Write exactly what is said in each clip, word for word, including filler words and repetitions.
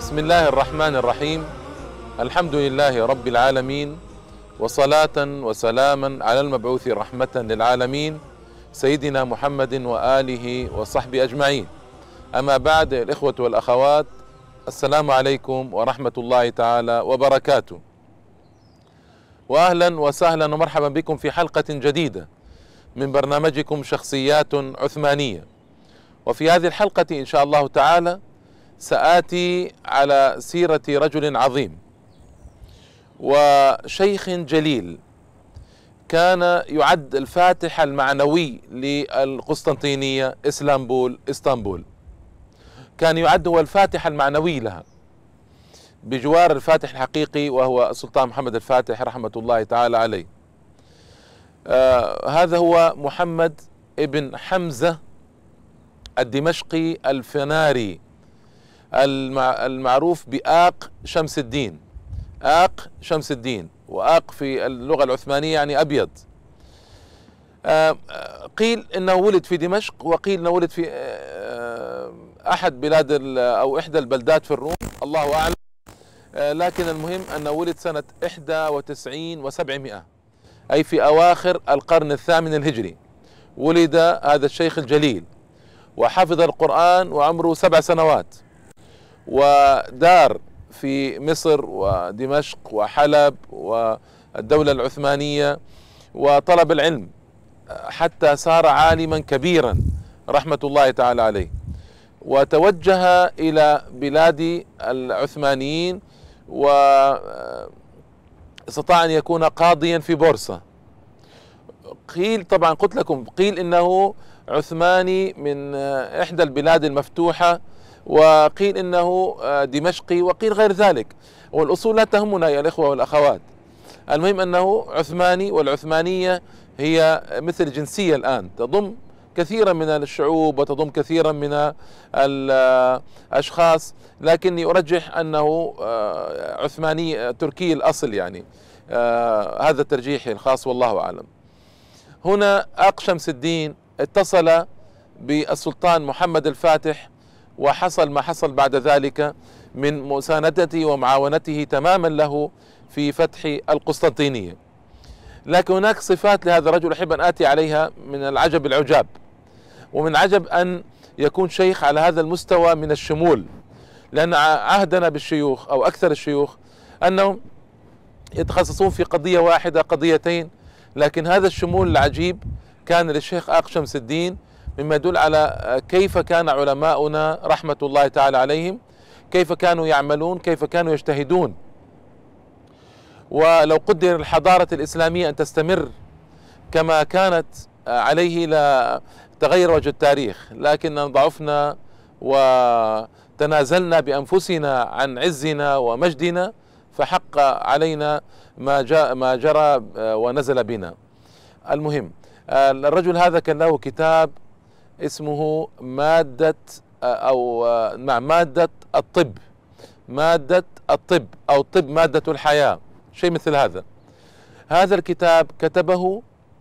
بسم الله الرحمن الرحيم. الحمد لله رب العالمين، وصلاة وسلاما على المبعوث رحمة للعالمين سيدنا محمد وآله وصحبه أجمعين. أما بعد، الإخوة والأخوات، السلام عليكم ورحمة الله تعالى وبركاته، وأهلا وسهلا ومرحبا بكم في حلقة جديدة من برنامجكم شخصيات عثمانية. وفي هذه الحلقة إن شاء الله تعالى سآتي على سيرة رجل عظيم وشيخ جليل، كان يعد الفاتح المعنوي للقسطنطينية إسلامبول إسطنبول، كان يعد هو الفاتح المعنوي لها بجوار الفاتح الحقيقي وهو السلطان محمد الفاتح رحمة الله تعالى عليه. آه هذا هو محمد ابن حمزة الدمشقي الفناري المعروف بآق شمس الدين. آق شمس الدين، وآق في اللغة العثمانية يعني أبيض. قيل إنه ولد في دمشق، وقيل إنه ولد في أحد بلاد أو إحدى البلدات في الروم، الله أعلم. لكن المهم أنه ولد سنة إحدى وتسعين وسبعمائة، أي في أواخر القرن الثامن الهجري. ولد هذا الشيخ الجليل وحفظ القرآن وعمره سبع سنوات، ودار في مصر ودمشق وحلب والدولة العثمانية، وطلب العلم حتى صار عالما كبيرا رحمة الله تعالى عليه، وتوجه إلى بلاد العثمانيين، واستطاع أن يكون قاضيا في بورصة. قيل، طبعا قلت لكم، قيل إنه عثماني من إحدى البلاد المفتوحة، وقيل إنه دمشقي، وقيل غير ذلك، والأصول لا تهمنا يا الإخوة والأخوات. المهم أنه عثماني، والعثمانية هي مثل جنسية الآن، تضم كثيرا من الشعوب وتضم كثيرا من الأشخاص، لكني أرجح أنه عثماني تركي الأصل، يعني هذا ترجيحي الخاص والله أعلم. هنا آق شمس الدين اتصل بالسلطان محمد الفاتح، وحصل ما حصل بعد ذلك من مساندته ومعاونته تماما له في فتح القسطنطينية. لكن هناك صفات لهذا الرجل أحب أن آتي عليها من العجب العجاب، ومن عجب أن يكون شيخ على هذا المستوى من الشمول، لأن عهدنا بالشيوخ أو أكثر الشيوخ أنهم يتخصصون في قضية واحدة قضيتين، لكن هذا الشمول العجيب كان للشيخ آق شمس الدين، مما يدل على كيف كان علماؤنا رحمة الله تعالى عليهم، كيف كانوا يعملون، كيف كانوا يجتهدون. ولو قدر الحضارة الإسلامية أن تستمر كما كانت عليه لتغير وجه التاريخ، لكن ضعفنا وتنازلنا بأنفسنا عن عزنا ومجدنا، فحق علينا ما جاء ما جرى ونزل بنا. المهم، الرجل هذا كان له كتاب اسمه مادة أو مع مادة الطب، مادة الطب أو طب مادة الحياة، شيء مثل هذا. هذا الكتاب كتبه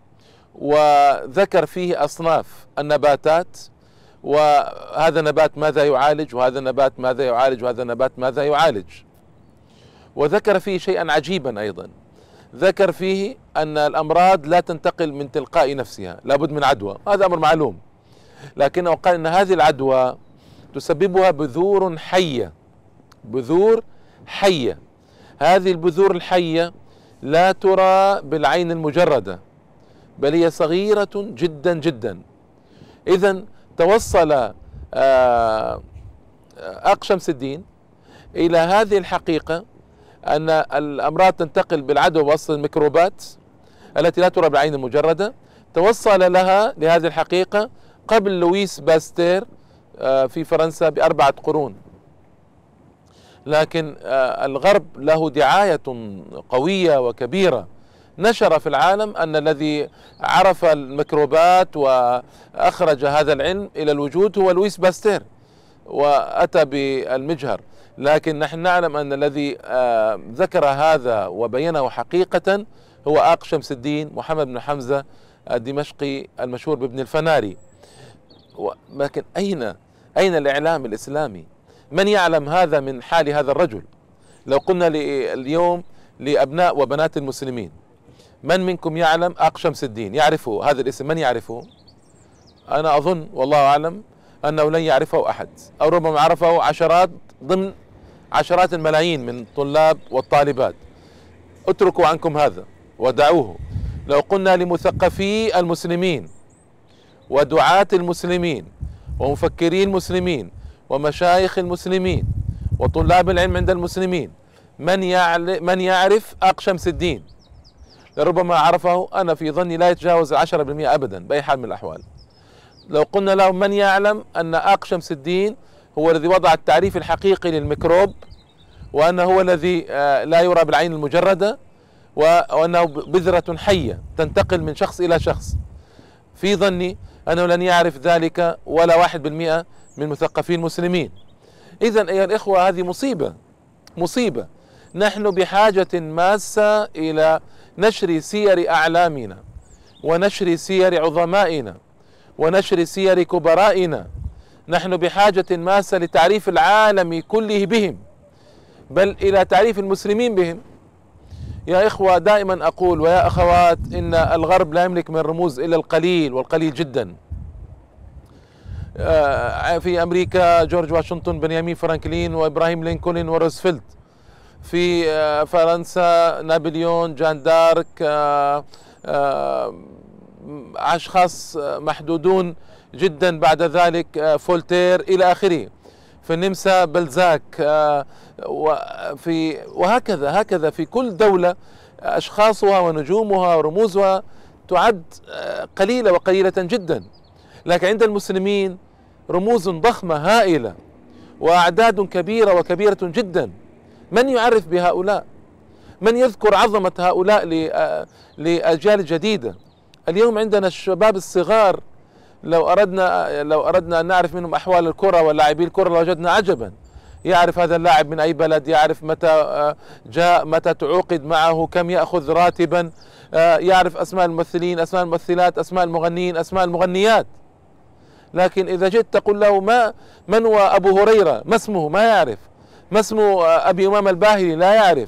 وذكر فيه أصناف النباتات، وهذا النبات ماذا يعالج، وهذا النبات ماذا يعالج، وهذا النبات ماذا يعالج. وذكر فيه شيئا عجيبا أيضا، ذكر فيه أن الأمراض لا تنتقل من تلقاء نفسها، لابد من عدوى، هذا أمر معلوم، لكنه قال أن هذه العدوى تسببها بذور حية، بذور حية. هذه البذور الحية لا ترى بالعين المجردة، بل هي صغيرة جدا جدا. إذن توصل آق شمس الدين إلى هذه الحقيقة، أن الأمراض تنتقل بالعدوى بواسطة الميكروبات التي لا ترى بالعين المجردة. توصل لها لهذه الحقيقة قبل لويس باستير في فرنسا بأربعة قرون، لكن الغرب له دعاية قوية وكبيرة، نشر في العالم أن الذي عرف الميكروبات وأخرج هذا العلم إلى الوجود هو لويس باستير، وأتى بالمجهر. لكن نحن نعلم أن الذي ذكر هذا وبينه حقيقة هو آق شمس الدين محمد بن حمزة الدمشقي المشهور بابن الفناري. لكن أين أين الإعلام الإسلامي؟ من يعلم هذا من حال هذا الرجل؟ لو قلنا اليوم لأبناء وبنات المسلمين من منكم يعلم آق شمس الدين، يعرفه هذا الاسم؟ من يعرفه؟ أنا أظن والله أعلم أنه لن يعرفه أحد، أو ربما عرفه عشرات ضمن عشرات الملايين من الطلاب والطالبات. اتركوا عنكم هذا ودعوه. لو قلنا لمثقفي المسلمين ودعاة المسلمين ومفكري المسلمين ومشايخ المسلمين وطلاب العلم عند المسلمين من من يعرف آق شمس الدين، لربما عرفه أنا في ظني لا يتجاوز العشرة بالمئة أبدا بأي حال من الأحوال. لو قلنا لهم من يعلم أن آق شمس الدين هو الذي وضع التعريف الحقيقي للميكروب، وأنه هو الذي لا يرى بالعين المجردة، وأنه بذرة حية تنتقل من شخص إلى شخص، في ظني أنه لن يعرف ذلك ولا واحد بالمئة من مثقفي المسلمين. إذن أيها الإخوة هذه مصيبة مصيبة. نحن بحاجة ماسة إلى نشر سير أعلامنا ونشر سير عظمائنا ونشر سير كبرائنا. نحن بحاجة ماسة لتعريف العالم كله بهم، بل إلى تعريف المسلمين بهم. يا إخوة دائما أقول ويا أخوات إن الغرب لا يملك من الرموز إلا القليل والقليل جدا. في أمريكا جورج واشنطن، بنيامين فرانكلين، وإبراهيم لينكولن، وروزفلت. في فرنسا نابليون، جان دارك، أشخاص محدودون جدا بعد ذلك، فولتير إلى آخره. في النمسا بلزاك، وفي وهكذا هكذا في كل دولة أشخاصها ونجومها ورموزها تعد قليلة وقليلة جدا، لكن عند المسلمين رموز ضخمة هائلة وأعداد كبيرة وكبيرة جدا. من يعرف بهؤلاء؟ من يذكر عظمة هؤلاء لأجيال جديدة؟ اليوم عندنا الشباب الصغار لو أردنا لو أردنا أن نعرف منهم أحوال الكرة ولاعبي الكرة لوجدنا عجبا. يعرف هذا اللاعب من أي بلد، يعرف متى جاء، متى تعوقد معه، كم يأخذ راتبا، يعرف أسماء الممثلين، أسماء الممثلات، أسماء المغنيين، أسماء المغنيات. لكن إذا جئت تقول له ما من هو أبو هريرة، ما اسمه؟ ما يعرف. ما اسمه أبي أمام الباهلي؟ لا يعرف.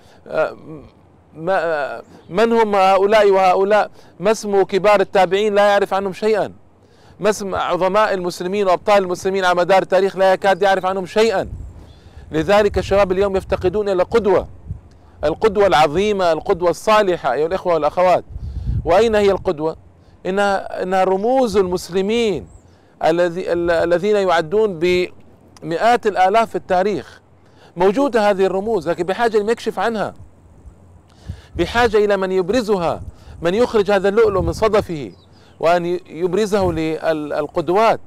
من هم هؤلاء وهؤلاء؟ ما اسم كبار التابعين؟ لا يعرف عنهم شيئا. ما اسم عظماء المسلمين وأبطال المسلمين على مدار التاريخ؟ لا يكاد يعرف عنهم شيئا. لذلك الشباب اليوم يفتقدون إلى قدوة، القدوة العظيمة، القدوة الصالحة أيها الإخوة والأخوات. وأين هي القدوة؟ إنها إنها رموز المسلمين الذي الذين يعدون بمئات الآلاف في التاريخ. موجودة هذه الرموز، لكن بحاجة لمن يكشف عنها، بحاجة إلى من يبرزها، من يخرج هذا اللؤلؤ من صدفه وأن يبرزه للقدوات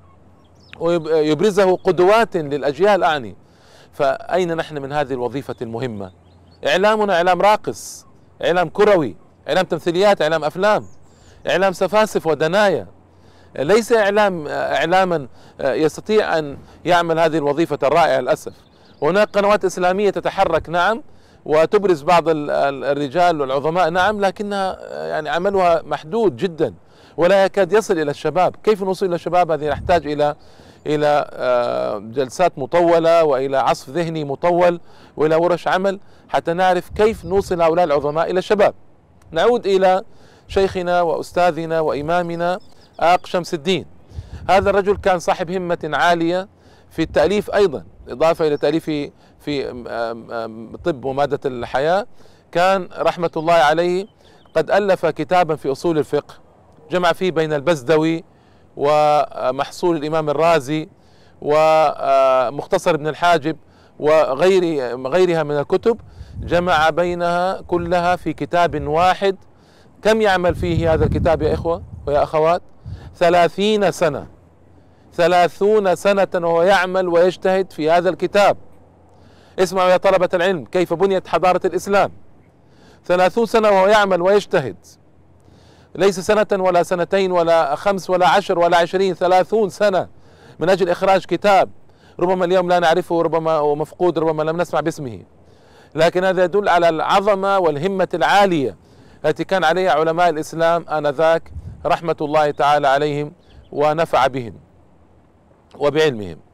ويبرزه قدوات للأجيال أعني. فأين نحن من هذه الوظيفة المهمة؟ إعلامنا إعلام راقص، إعلام كروي، إعلام تمثيليات، إعلام أفلام، إعلام سفاسف ودنايا، ليس إعلام إعلاما يستطيع أن يعمل هذه الوظيفة الرائعة. للأسف هناك قنوات إسلامية تتحرك نعم وتبرز بعض الرجال والعظماء نعم، لكنها يعني عملها محدود جدا ولا يكاد يصل إلى الشباب. كيف نوصل إلى الشباب؟ هذه نحتاج إلى إلى جلسات مطولة وإلى عصف ذهني مطول وإلى ورش عمل حتى نعرف كيف نوصل هؤلاء العظماء إلى الشباب. نعود إلى شيخنا وأستاذنا وإمامنا آق شمس الدين. هذا الرجل كان صاحب همة عالية في التأليف أيضا، إضافة إلى تأليفه في طب ومادة الحياة. كان رحمة الله عليه قد ألف كتابا في أصول الفقه جمع فيه بين البزدوي ومحصول الإمام الرازي ومختصر ابن الحاجب وغير غيرها من الكتب، جمع بينها كلها في كتاب واحد. كم يعمل فيه هذا الكتاب يا إخوة ويا أخوات؟ ثلاثين سنة، ثلاثون سنة وهو يعمل ويجتهد في هذا الكتاب. اسمعوا يا طلبة العلم كيف بنيت حضارة الإسلام. ثلاثون سنة وهو يعمل ويجتهد، ليس سنة ولا سنتين ولا خمس ولا عشر ولا عشرين، ثلاثون سنة من أجل إخراج كتاب ربما اليوم لا نعرفه، ربما هو مفقود، ربما لم نسمع باسمه، لكن هذا يدل على العظمة والهمة العالية التي كان عليها علماء الإسلام آنذاك رحمة الله تعالى عليهم ونفع بهم وبعلمهم.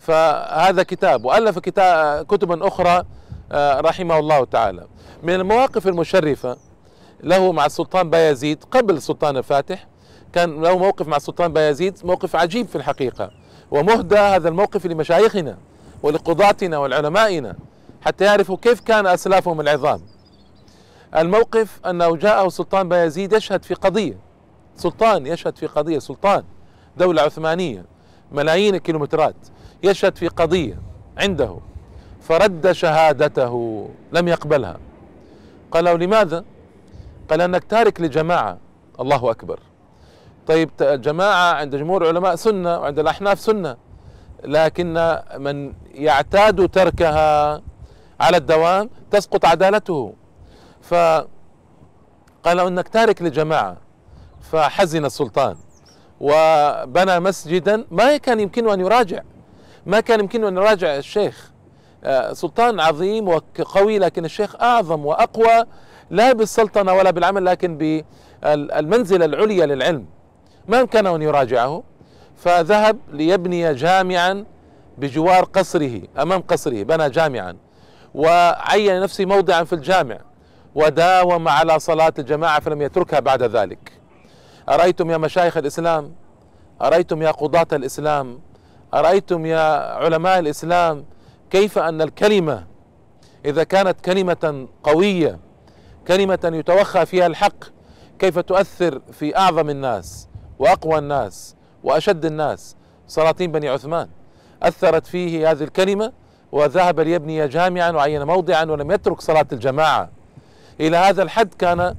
فهذا كتاب، وألف كتاب كتبا أخرى رحمه الله تعالى. من المواقف المشرفة له مع السلطان بايزيد قبل السلطان الفاتح، كان له موقف مع السلطان بايزيد موقف عجيب في الحقيقة، ومهدى هذا الموقف لمشايخنا ولقضاتنا والعلمائنا حتى يعرفوا كيف كان أسلافهم العظام. الموقف أنه جاءه السلطان بايزيد يشهد في قضية، سلطان يشهد في قضية، سلطان دولة عثمانية ملايين الكيلومترات يشهد في قضية عنده، فرد شهادته لم يقبلها. قال له لماذا؟ قال أنك تارك لجماعة. الله أكبر. طيب الجماعة عند جمهور العلماء سنة وعند الأحناف سنة، لكن من يعتاد تركها على الدوام تسقط عدالته. فقال انك تارك لجماعة، فحزن السلطان وبنى مسجدا. ما كان يمكنه ان يراجع، ما كان يمكنه ان يراجع الشيخ، سلطان عظيم وقوي، لكن الشيخ اعظم واقوى، لا بالسلطنة ولا بالعمل لكن بالمنزلة العليا للعلم، ما امكنه ان يراجعه. فذهب ليبني جامعا بجوار قصره، امام قصره بنى جامعا، وعين نفسه موضعا في الجامع، وداوم على صلاة الجماعة فلم يتركها بعد ذلك. أرأيتم يا مشايخ الإسلام، أرأيتم يا قضاة الإسلام، أرأيتم يا علماء الإسلام، كيف أن الكلمة إذا كانت كلمة قوية، كلمة يتوخى فيها الحق، كيف تؤثر في أعظم الناس وأقوى الناس وأشد الناس. سلاطين بني عثمان أثرت فيه هذه الكلمة، وذهب ليبني جامعا وعين موضعا ولم يترك صلاة الجماعة. إلى هذا الحد كان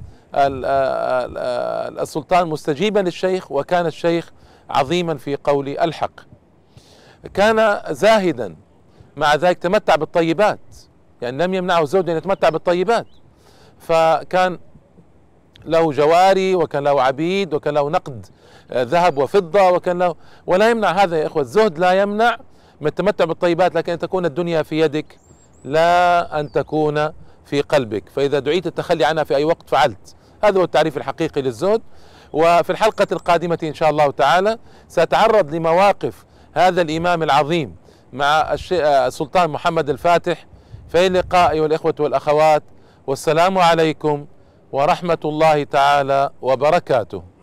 السلطان مستجيبا للشيخ، وكان الشيخ عظيما في قول الحق. كان زاهدا، مع ذلك تمتع بالطيبات، يعني لم يمنعه الزوج أن يتمتع بالطيبات، فكان له جواري وكان له عبيد وكان له نقد ذهب وفضة وكان له، ولا يمنع هذا يا إخوة، الزهد لا يمنع من التمتع بالطيبات، لكن أن تكون الدنيا في يدك لا أن تكون في قلبك، فإذا دعيت التخلي عنها في أي وقت فعلت. هذا هو التعريف الحقيقي للزهد. وفي الحلقة القادمة إن شاء الله تعالى سأتعرض لمواقف هذا الإمام العظيم مع السلطان محمد الفاتح. في اللقاء أيها الإخوة والأخوات، والسلام عليكم ورحمة الله تعالى وبركاته.